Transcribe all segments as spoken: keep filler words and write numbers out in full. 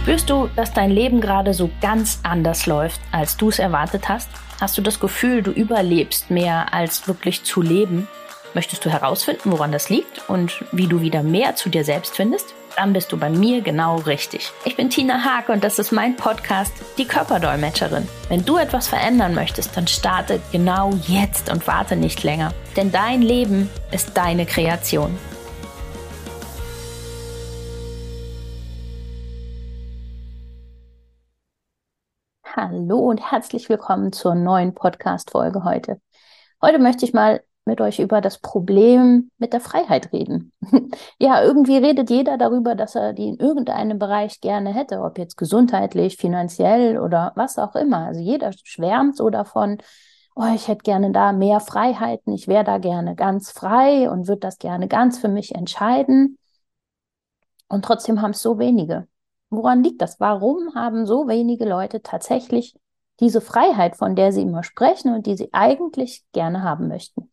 Spürst du, dass dein Leben gerade so ganz anders läuft, als du es erwartet hast? Hast du das Gefühl, du überlebst mehr als wirklich zu leben? Möchtest du herausfinden, woran das liegt und wie du wieder mehr zu dir selbst findest? Dann bist du bei mir genau richtig. Ich bin Tina Haag und das ist mein Podcast, die Körperdolmetscherin. Wenn du etwas verändern möchtest, dann starte genau jetzt und warte nicht länger. Denn dein Leben ist deine Kreation. Hallo und herzlich willkommen zur neuen Podcast-Folge heute. Heute möchte ich mal mit euch über das Problem mit der Freiheit reden. Ja, irgendwie redet jeder darüber, dass er die in irgendeinem Bereich gerne hätte, ob jetzt gesundheitlich, finanziell oder was auch immer. Also jeder schwärmt so davon, oh, ich hätte gerne da mehr Freiheiten, ich wäre da gerne ganz frei und würde das gerne ganz für mich entscheiden. Und trotzdem haben es so wenige. Woran liegt das? Warum haben so wenige Leute tatsächlich diese Freiheit, von der sie immer sprechen und die sie eigentlich gerne haben möchten?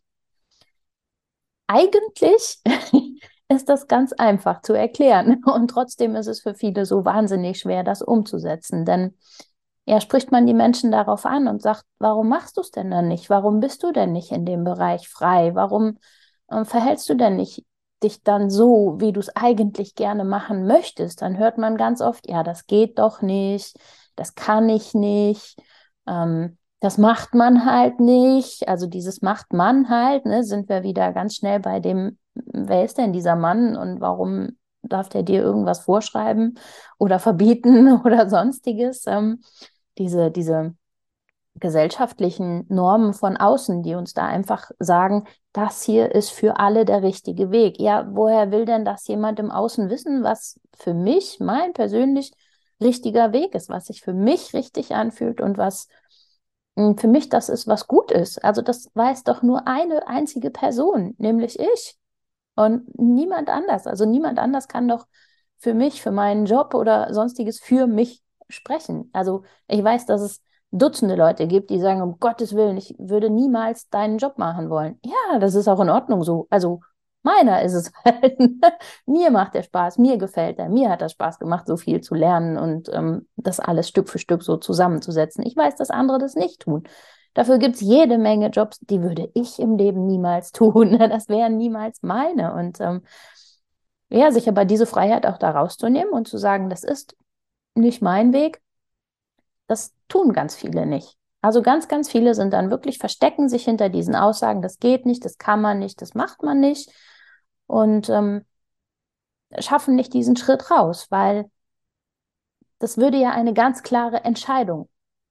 Eigentlich ist das ganz einfach zu erklären und trotzdem ist es für viele so wahnsinnig schwer, das umzusetzen, denn ja, spricht man die Menschen darauf an und sagt, warum machst du es denn dann nicht? Warum bist du denn nicht in dem Bereich frei? Warum äh, verhältst du denn nicht dich dann so, wie du es eigentlich gerne machen möchtest? Dann hört man ganz oft, ja, das geht doch nicht, das kann ich nicht, ähm, das macht man halt nicht. Also dieses macht man halt, ne, sind wir wieder ganz schnell bei dem, wer ist denn dieser Mann und warum darf der dir irgendwas vorschreiben oder verbieten oder sonstiges? Ähm, diese, diese gesellschaftlichen Normen von außen, die uns da einfach sagen, das hier ist für alle der richtige Weg. Ja, woher will denn das jemand im Außen wissen, was für mich, mein persönlich richtiger Weg ist, was sich für mich richtig anfühlt und was mh, für mich das ist, was gut ist. Also das weiß doch nur eine einzige Person, nämlich ich und niemand anders. Also niemand anders kann doch für mich, für meinen Job oder sonstiges für mich sprechen. Also ich weiß, dass es Dutzende Leute gibt, die sagen, um Gottes Willen, ich würde niemals deinen Job machen wollen. Ja, das ist auch in Ordnung so. Also meiner ist es halt. Mir macht der Spaß, mir gefällt er, mir hat das Spaß gemacht, so viel zu lernen und ähm, das alles Stück für Stück so zusammenzusetzen. Ich weiß, dass andere das nicht tun. Dafür gibt es jede Menge Jobs, die würde ich im Leben niemals tun. Das wären niemals meine. Und ähm, ja, sich aber diese Freiheit auch da rauszunehmen und zu sagen, das ist nicht mein Weg, das tun ganz viele nicht. Also ganz, ganz viele sind dann wirklich, verstecken sich hinter diesen Aussagen, das geht nicht, das kann man nicht, das macht man nicht und ähm, schaffen nicht diesen Schritt raus, weil das würde ja eine ganz klare Entscheidung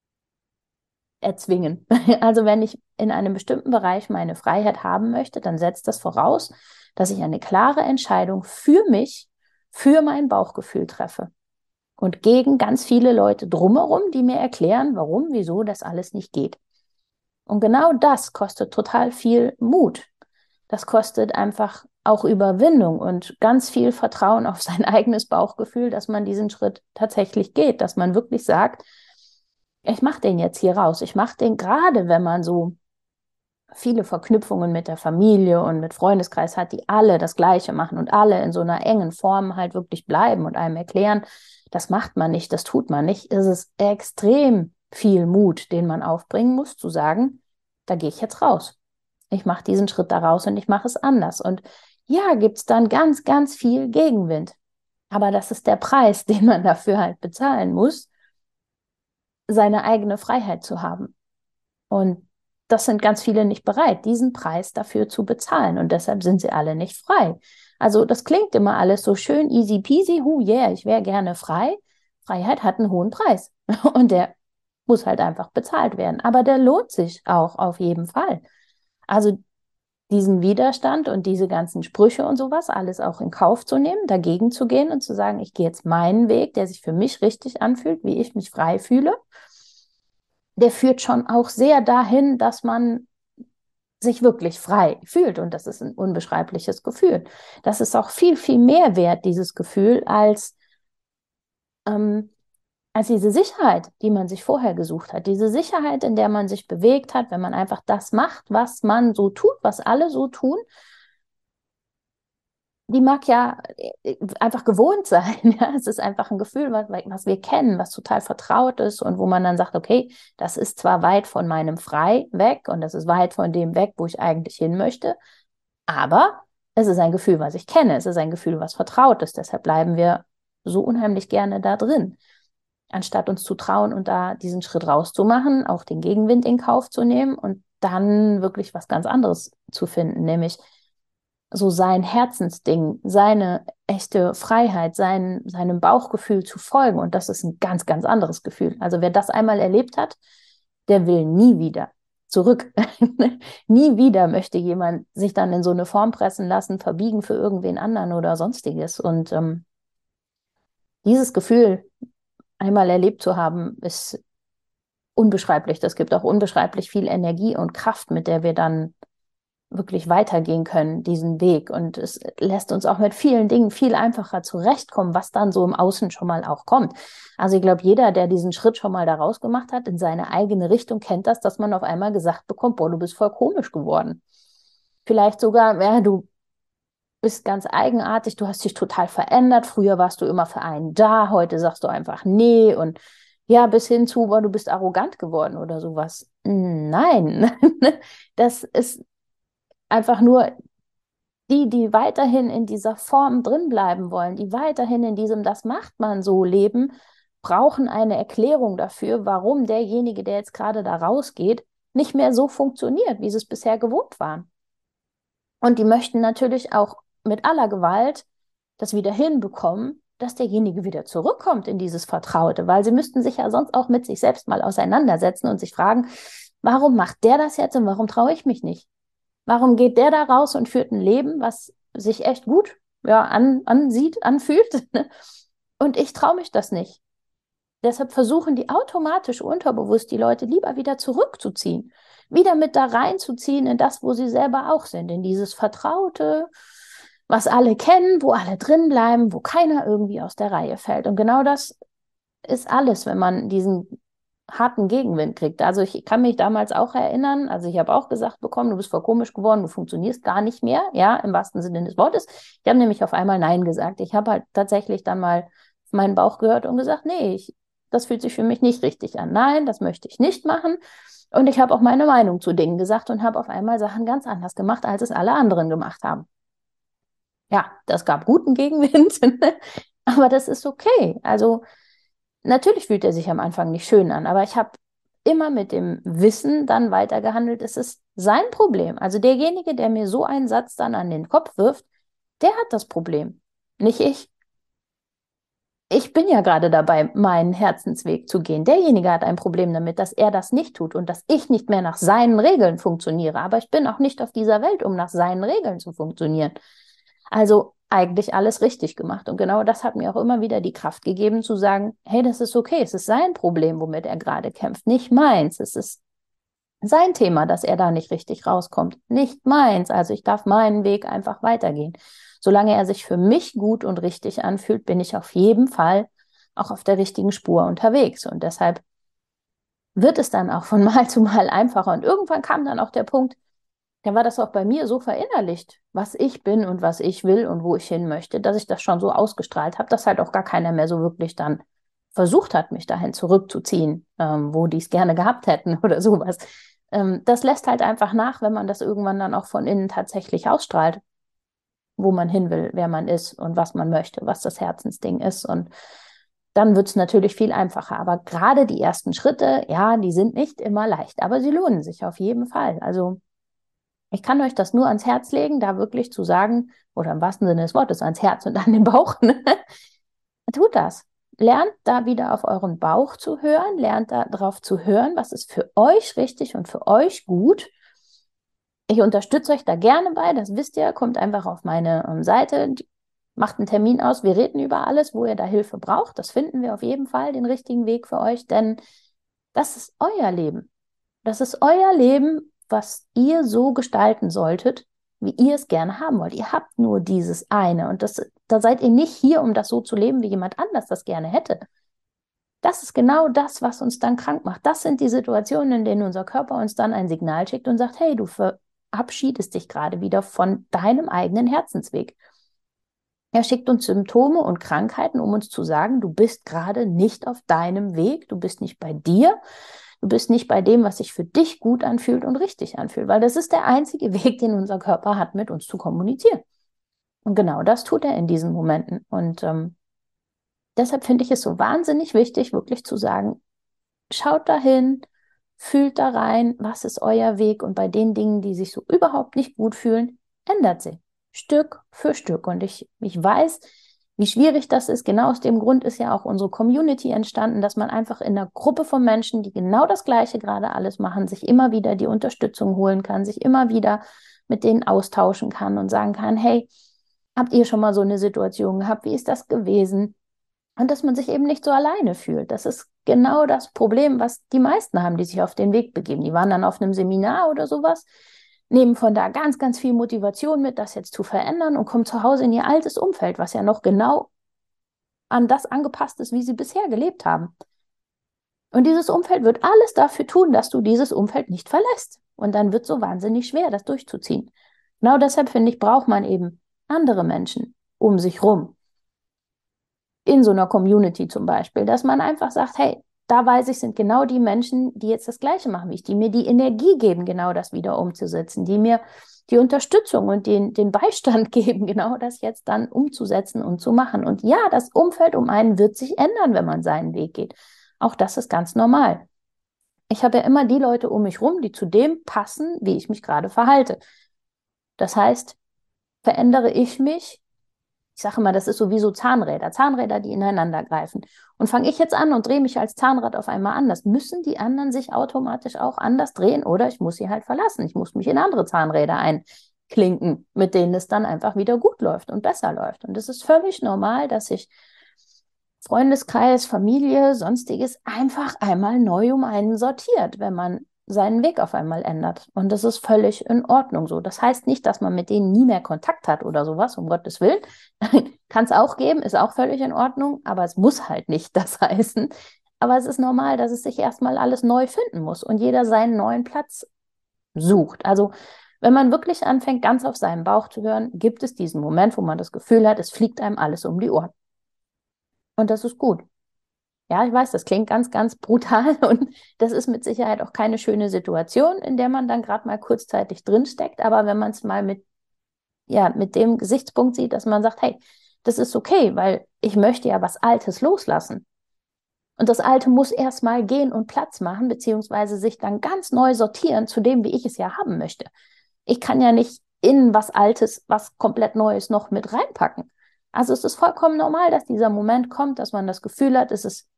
erzwingen. Also wenn ich in einem bestimmten Bereich meine Freiheit haben möchte, dann setzt das voraus, dass ich eine klare Entscheidung für mich, für mein Bauchgefühl treffe. Und gegen ganz viele Leute drumherum, die mir erklären, warum, wieso das alles nicht geht. Und genau das kostet total viel Mut. Das kostet einfach auch Überwindung und ganz viel Vertrauen auf sein eigenes Bauchgefühl, dass man diesen Schritt tatsächlich geht, dass man wirklich sagt, ich mache den jetzt hier raus. Ich mache den gerade, wenn man so viele Verknüpfungen mit der Familie und mit Freundeskreis hat, die alle das Gleiche machen und alle in so einer engen Form halt wirklich bleiben und einem erklären, das macht man nicht, das tut man nicht, ist es extrem viel Mut, den man aufbringen muss, zu sagen, da gehe ich jetzt raus. Ich mache diesen Schritt da raus und ich mache es anders. Und ja, gibt es dann ganz, ganz viel Gegenwind. Aber das ist der Preis, den man dafür halt bezahlen muss, seine eigene Freiheit zu haben. Und das sind ganz viele nicht bereit, diesen Preis dafür zu bezahlen. Und deshalb sind sie alle nicht frei. Also das klingt immer alles so schön easy peasy, hu yeah, ich wäre gerne frei. Freiheit hat einen hohen Preis. Und der muss halt einfach bezahlt werden. Aber der lohnt sich auch auf jeden Fall. Also diesen Widerstand und diese ganzen Sprüche und sowas, alles auch in Kauf zu nehmen, dagegen zu gehen und zu sagen, ich gehe jetzt meinen Weg, der sich für mich richtig anfühlt, wie ich mich frei fühle. Der führt schon auch sehr dahin, dass man sich wirklich frei fühlt. Und das ist ein unbeschreibliches Gefühl. Das ist auch viel, viel mehr wert, dieses Gefühl, als, ähm, als diese Sicherheit, die man sich vorher gesucht hat. Diese Sicherheit, in der man sich bewegt hat, wenn man einfach das macht, was man so tut, was alle so tun. die mag ja äh, einfach gewohnt sein. Ja? Es ist einfach ein Gefühl, was, was wir kennen, was total vertraut ist und wo man dann sagt, okay, das ist zwar weit von meinem Frei weg und das ist weit von dem weg, wo ich eigentlich hin möchte, aber es ist ein Gefühl, was ich kenne. Es ist ein Gefühl, was vertraut ist. Deshalb bleiben wir so unheimlich gerne da drin, anstatt uns zu trauen und da diesen Schritt rauszumachen, auch den Gegenwind in Kauf zu nehmen und dann wirklich was ganz anderes zu finden, nämlich so sein Herzensding, seine echte Freiheit, sein, seinem Bauchgefühl zu folgen. Und das ist ein ganz, ganz anderes Gefühl. Also wer das einmal erlebt hat, der will nie wieder zurück. Nie wieder möchte jemand sich dann in so eine Form pressen lassen, verbiegen für irgendwen anderen oder sonstiges. Und ähm, dieses Gefühl einmal erlebt zu haben, ist unbeschreiblich. Das gibt auch unbeschreiblich viel Energie und Kraft, mit der wir dann wirklich weitergehen können, diesen Weg. Und es lässt uns auch mit vielen Dingen viel einfacher zurechtkommen, was dann so im Außen schon mal auch kommt. Also ich glaube, jeder, der diesen Schritt schon mal da rausgemacht hat, in seine eigene Richtung, kennt das, dass man auf einmal gesagt bekommt, boah, du bist voll komisch geworden. Vielleicht sogar, ja, du bist ganz eigenartig, du hast dich total verändert. Früher warst du immer für einen da, heute sagst du einfach nee und ja, bis hin zu, boah, du bist arrogant geworden oder sowas. Nein, das ist einfach nur die, die weiterhin in dieser Form drin bleiben wollen, die weiterhin in diesem das macht man so leben, brauchen eine Erklärung dafür, warum derjenige, der jetzt gerade da rausgeht, nicht mehr so funktioniert, wie sie es bisher gewohnt waren. Und die möchten natürlich auch mit aller Gewalt das wieder hinbekommen, dass derjenige wieder zurückkommt in dieses Vertraute, weil sie müssten sich ja sonst auch mit sich selbst mal auseinandersetzen und sich fragen, warum macht der das jetzt und warum traue ich mich nicht? Warum geht der da raus und führt ein Leben, was sich echt gut ja, an, ansieht, anfühlt? Und ich traue mich das nicht. Deshalb versuchen die automatisch unterbewusst die Leute lieber wieder zurückzuziehen, wieder mit da reinzuziehen in das, wo sie selber auch sind, in dieses Vertraute, was alle kennen, wo alle drin bleiben, wo keiner irgendwie aus der Reihe fällt. Und genau das ist alles, wenn man diesen harten Gegenwind kriegt. Also ich kann mich damals auch erinnern, also ich habe auch gesagt bekommen, du bist voll komisch geworden, du funktionierst gar nicht mehr, ja, im wahrsten Sinne des Wortes. Ich habe nämlich auf einmal Nein gesagt. Ich habe halt tatsächlich dann mal auf meinen Bauch gehört und gesagt, nee, ich, das fühlt sich für mich nicht richtig an. Nein, das möchte ich nicht machen. Und ich habe auch meine Meinung zu Dingen gesagt und habe auf einmal Sachen ganz anders gemacht, als es alle anderen gemacht haben. Ja, das gab guten Gegenwind, aber das ist okay. Also natürlich fühlt er sich am Anfang nicht schön an, aber ich habe immer mit dem Wissen dann weitergehandelt, es ist sein Problem. Also derjenige, der mir so einen Satz dann an den Kopf wirft, der hat das Problem, nicht ich. Ich bin ja gerade dabei, meinen Herzensweg zu gehen. Derjenige hat ein Problem damit, dass er das nicht tut und dass ich nicht mehr nach seinen Regeln funktioniere. Aber ich bin auch nicht auf dieser Welt, um nach seinen Regeln zu funktionieren. Also eigentlich alles richtig gemacht. Und genau das hat mir auch immer wieder die Kraft gegeben, zu sagen, hey, das ist okay, es ist sein Problem, womit er gerade kämpft, nicht meins. Es ist sein Thema, dass er da nicht richtig rauskommt, nicht meins. Also ich darf meinen Weg einfach weitergehen. Solange er sich für mich gut und richtig anfühlt, bin ich auf jeden Fall auch auf der richtigen Spur unterwegs. Und deshalb wird es dann auch von Mal zu Mal einfacher. Und irgendwann kam dann auch der Punkt, da war das auch bei mir so verinnerlicht, was ich bin und was ich will und wo ich hin möchte, dass ich das schon so ausgestrahlt habe, dass halt auch gar keiner mehr so wirklich dann versucht hat, mich dahin zurückzuziehen, ähm, wo die es gerne gehabt hätten oder sowas. Ähm, das lässt halt einfach nach, wenn man das irgendwann dann auch von innen tatsächlich ausstrahlt, wo man hin will, wer man ist und was man möchte, was das Herzensding ist. Und dann wird es natürlich viel einfacher. Aber gerade die ersten Schritte, ja, die sind nicht immer leicht, aber sie lohnen sich auf jeden Fall. Also ich kann euch das nur ans Herz legen, da wirklich zu sagen, oder im wahrsten Sinne des Wortes, ans Herz und an den Bauch. Ne? Tut das. Lernt da wieder auf euren Bauch zu hören, lernt darauf zu hören, was ist für euch richtig und für euch gut. Ich unterstütze euch da gerne bei, das wisst ihr, kommt einfach auf meine ähm, Seite, macht einen Termin aus, wir reden über alles, wo ihr da Hilfe braucht. Das finden wir auf jeden Fall, den richtigen Weg für euch, denn das ist euer Leben. Das ist euer Leben, was ihr so gestalten solltet, wie ihr es gerne haben wollt. Ihr habt nur dieses eine und das, da seid ihr nicht hier, um das so zu leben, wie jemand anders das gerne hätte. Das ist genau das, was uns dann krank macht. Das sind die Situationen, in denen unser Körper uns dann ein Signal schickt und sagt, hey, du verabschiedest dich gerade wieder von deinem eigenen Herzensweg. Er schickt uns Symptome und Krankheiten, um uns zu sagen, du bist gerade nicht auf deinem Weg, du bist nicht bei dir, du bist nicht bei dem, was sich für dich gut anfühlt und richtig anfühlt, weil das ist der einzige Weg, den unser Körper hat, mit uns zu kommunizieren. Und genau das tut er in diesen Momenten. Und ähm, deshalb finde ich es so wahnsinnig wichtig, wirklich zu sagen, schaut dahin, fühlt da rein, was ist euer Weg, und bei den Dingen, die sich so überhaupt nicht gut fühlen, ändert sie. Stück für Stück. Und ich, ich weiß, wie schwierig das ist. Genau aus dem Grund ist ja auch unsere Community entstanden, dass man einfach in einer Gruppe von Menschen, die genau das Gleiche gerade alles machen, sich immer wieder die Unterstützung holen kann, sich immer wieder mit denen austauschen kann und sagen kann, hey, habt ihr schon mal so eine Situation gehabt? Wie ist das gewesen? Und dass man sich eben nicht so alleine fühlt. Das ist genau das Problem, was die meisten haben, die sich auf den Weg begeben. Die waren dann auf einem Seminar oder sowas, nehmen von da ganz, ganz viel Motivation mit, das jetzt zu verändern, und kommen zu Hause in ihr altes Umfeld, was ja noch genau an das angepasst ist, wie sie bisher gelebt haben. Und dieses Umfeld wird alles dafür tun, dass du dieses Umfeld nicht verlässt. Und dann wird es so wahnsinnig schwer, das durchzuziehen. Genau deshalb, finde ich, braucht man eben andere Menschen um sich rum. In so einer Community zum Beispiel, dass man einfach sagt, hey, da weiß ich, sind genau die Menschen, die jetzt das Gleiche machen wie ich, die mir die Energie geben, genau das wieder umzusetzen, die mir die Unterstützung und den, den Beistand geben, genau das jetzt dann umzusetzen und zu machen. Und ja, das Umfeld um einen wird sich ändern, wenn man seinen Weg geht. Auch das ist ganz normal. Ich habe ja immer die Leute um mich rum, die zu dem passen, wie ich mich gerade verhalte. Das heißt, verändere ich mich, ich sage immer, das ist so wie so Zahnräder, Zahnräder, die ineinander greifen. Und fange ich jetzt an und drehe mich als Zahnrad auf einmal anders, müssen die anderen sich automatisch auch anders drehen, oder ich muss sie halt verlassen. Ich muss mich in andere Zahnräder einklinken, mit denen es dann einfach wieder gut läuft und besser läuft. Und es ist völlig normal, dass sich Freundeskreis, Familie, sonstiges einfach einmal neu um einen sortiert, wenn man seinen Weg auf einmal ändert. Und das ist völlig in Ordnung so. Das heißt nicht, dass man mit denen nie mehr Kontakt hat oder sowas, um Gottes Willen. Kann es auch geben, ist auch völlig in Ordnung, aber es muss halt nicht das heißen. Aber es ist normal, dass es sich erstmal alles neu finden muss und jeder seinen neuen Platz sucht. Also wenn man wirklich anfängt, ganz auf seinen Bauch zu hören, gibt es diesen Moment, wo man das Gefühl hat, es fliegt einem alles um die Ohren. Und das ist gut. Ja, ich weiß, das klingt ganz, ganz brutal, und das ist mit Sicherheit auch keine schöne Situation, in der man dann gerade mal kurzzeitig drinsteckt. Aber wenn man es mal mit, ja, mit dem Gesichtspunkt sieht, dass man sagt, hey, das ist okay, weil ich möchte ja was Altes loslassen. Und das Alte muss erst mal gehen und Platz machen, beziehungsweise sich dann ganz neu sortieren zu dem, wie ich es ja haben möchte. Ich kann ja nicht in was Altes, was komplett Neues noch mit reinpacken. Also es ist vollkommen normal, dass dieser Moment kommt, dass man das Gefühl hat, es ist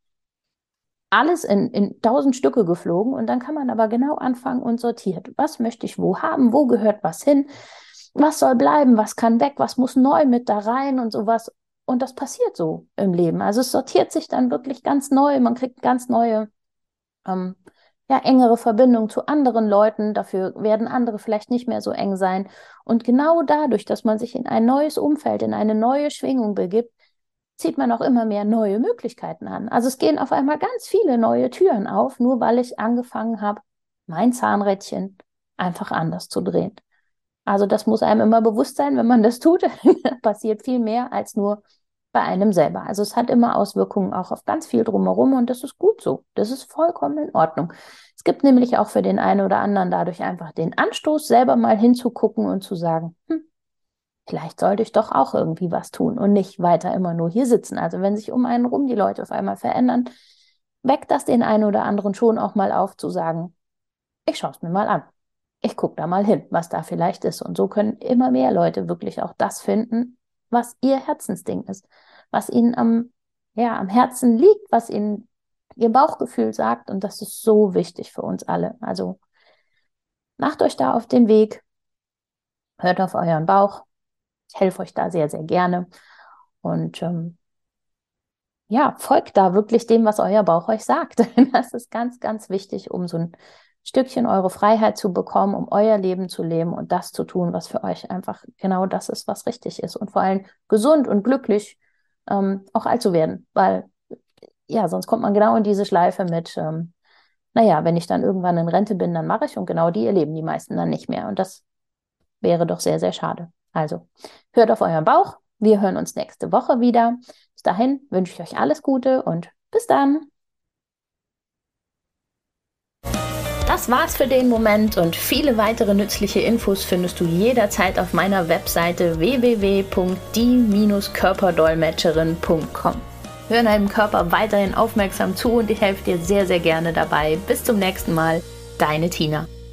alles in, in tausend Stücke geflogen, und dann kann man aber genau anfangen und sortiert. Was möchte ich wo haben? Wo gehört was hin? Was soll bleiben? Was kann weg? Was muss neu mit da rein und sowas? Und das passiert so im Leben. Also es sortiert sich dann wirklich ganz neu. Man kriegt ganz neue, ähm, ja, engere Verbindungen zu anderen Leuten. Dafür werden andere vielleicht nicht mehr so eng sein. Und genau dadurch, dass man sich in ein neues Umfeld, in eine neue Schwingung begibt, zieht man auch immer mehr neue Möglichkeiten an. Also es gehen auf einmal ganz viele neue Türen auf, nur weil ich angefangen habe, mein Zahnrädchen einfach anders zu drehen. Also das muss einem immer bewusst sein, wenn man das tut. Passiert viel mehr als nur bei einem selber. Also es hat immer Auswirkungen auch auf ganz viel drumherum, und das ist gut so. Das ist vollkommen in Ordnung. Es gibt nämlich auch für den einen oder anderen dadurch einfach den Anstoß, selber mal hinzugucken und zu sagen, hm, vielleicht sollte ich doch auch irgendwie was tun und nicht weiter immer nur hier sitzen. Also wenn sich um einen rum die Leute auf einmal verändern, weckt das den einen oder anderen schon auch mal auf, zu sagen, ich schaue es mir mal an. Ich gucke da mal hin, was da vielleicht ist. Und so können immer mehr Leute wirklich auch das finden, was ihr Herzensding ist, was ihnen am, ja, am Herzen liegt, was ihnen ihr Bauchgefühl sagt. Und das ist so wichtig für uns alle. Also macht euch da auf den Weg, hört auf euren Bauch. Ich helfe euch da sehr, sehr gerne. Und ähm, ja, folgt da wirklich dem, was euer Bauch euch sagt. Das ist ganz, ganz wichtig, um so ein Stückchen eure Freiheit zu bekommen, um euer Leben zu leben und das zu tun, was für euch einfach genau das ist, was richtig ist. Und vor allem gesund und glücklich ähm, auch alt zu werden. Weil, ja, sonst kommt man genau in diese Schleife mit, ähm, naja, wenn ich dann irgendwann in Rente bin, dann mache ich, und genau die erleben die meisten dann nicht mehr. Und das wäre doch sehr, sehr schade. Also, hört auf euren Bauch. Wir hören uns nächste Woche wieder. Bis dahin wünsche ich euch alles Gute und bis dann. Das war's für den Moment und viele weitere nützliche Infos findest du jederzeit auf meiner Webseite w w w punkt die körperdolmetscherin punkt com. Hör deinem Körper weiterhin aufmerksam zu und ich helfe dir sehr, sehr gerne dabei. Bis zum nächsten Mal, deine Tina.